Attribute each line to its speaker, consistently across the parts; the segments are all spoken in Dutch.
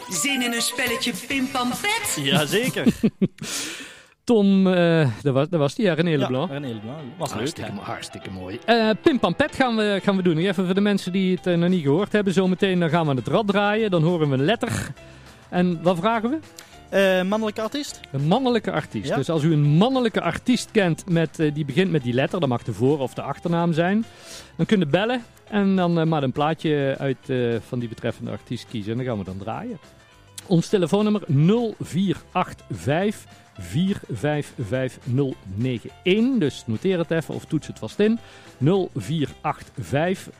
Speaker 1: Zin in een spelletje Pim-pam-pet?
Speaker 2: Jazeker.
Speaker 3: Tom, daar was die, René Leblanc.
Speaker 2: René Leblanc. Was leuk,
Speaker 3: Hartstikke mooi. Pim Pam Pet gaan we doen. Even voor de mensen die het nog niet gehoord hebben. Zometeen dan gaan we aan het rad draaien. Dan horen we een letter. En wat vragen we?
Speaker 2: Mannelijke artiest?
Speaker 3: Een mannelijke artiest.
Speaker 2: Ja.
Speaker 3: Dus als u een mannelijke artiest kent die begint met die letter. Dat mag de voor- of de achternaam zijn. Dan kun je bellen. En dan maar een plaatje uit van die betreffende artiest kiezen. En dan gaan we dan draaien. Ons telefoonnummer 0485 455091. Dus noteer het even of toets het vast in. 0485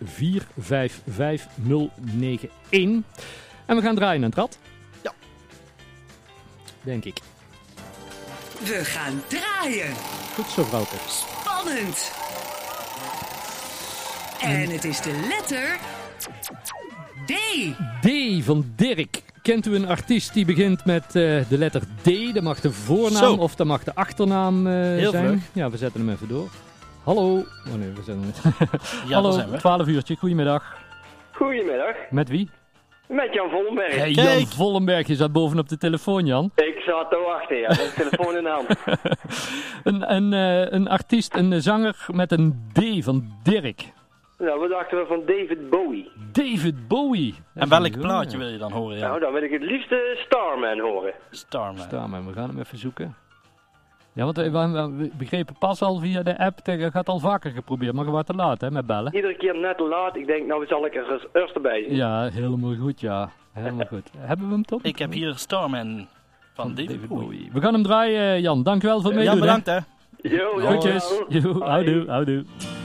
Speaker 3: 455091. En we gaan draaien aan het rad.
Speaker 2: Ja.
Speaker 3: Denk ik.
Speaker 1: We gaan draaien.
Speaker 3: Goed zo, Wouter.
Speaker 1: Spannend. En het is de letter D.
Speaker 3: D van Dirk. Kent u een artiest die begint met de letter D? Dat mag de voornaam
Speaker 2: Zo.
Speaker 3: of dat mag de achternaam
Speaker 2: Heel
Speaker 3: zijn.
Speaker 2: vlug.
Speaker 3: Ja, we zetten hem even door. Hallo. Oh nee, we zetten hem
Speaker 2: Ja,
Speaker 3: Hallo,
Speaker 2: daar zijn we.
Speaker 3: 12 uurtje. Goedemiddag.
Speaker 4: Goedemiddag,
Speaker 3: Met wie?
Speaker 4: met Jan Vollenberg.
Speaker 3: Hey,
Speaker 2: Kijk.
Speaker 3: Jan Vollenberg, je zat bovenop de telefoon, Jan.
Speaker 4: Ik zat te wachten, ja, met de telefoon in de hand.
Speaker 3: Een artiest, een zanger met een D van Dirk.
Speaker 4: Nou, wat dachten we van David Bowie?
Speaker 3: David Bowie.
Speaker 2: En welk plaatje wil je dan horen? Ja?
Speaker 4: Nou, dan wil ik het liefste Starman horen.
Speaker 2: Starman.
Speaker 3: Staan maar, we gaan hem even zoeken. Ja, want we begrepen pas al via de app, dat gaat al vaker geprobeerd, maar je was te laat hè, met bellen.
Speaker 4: Iedere keer net te laat. Ik denk, nou zal ik er als eerste bij zijn.
Speaker 3: Ja, helemaal goed, ja. Helemaal goed. Hebben we hem, Tom?
Speaker 2: Ik heb hier Starman van David Bowie.
Speaker 3: We gaan hem draaien, Jan. Dankjewel voor het
Speaker 2: Jan,
Speaker 3: meedoen.
Speaker 2: bedankt hè.
Speaker 4: Yo,
Speaker 3: Groetjes.
Speaker 4: yo.
Speaker 3: Houdoe, houdoe.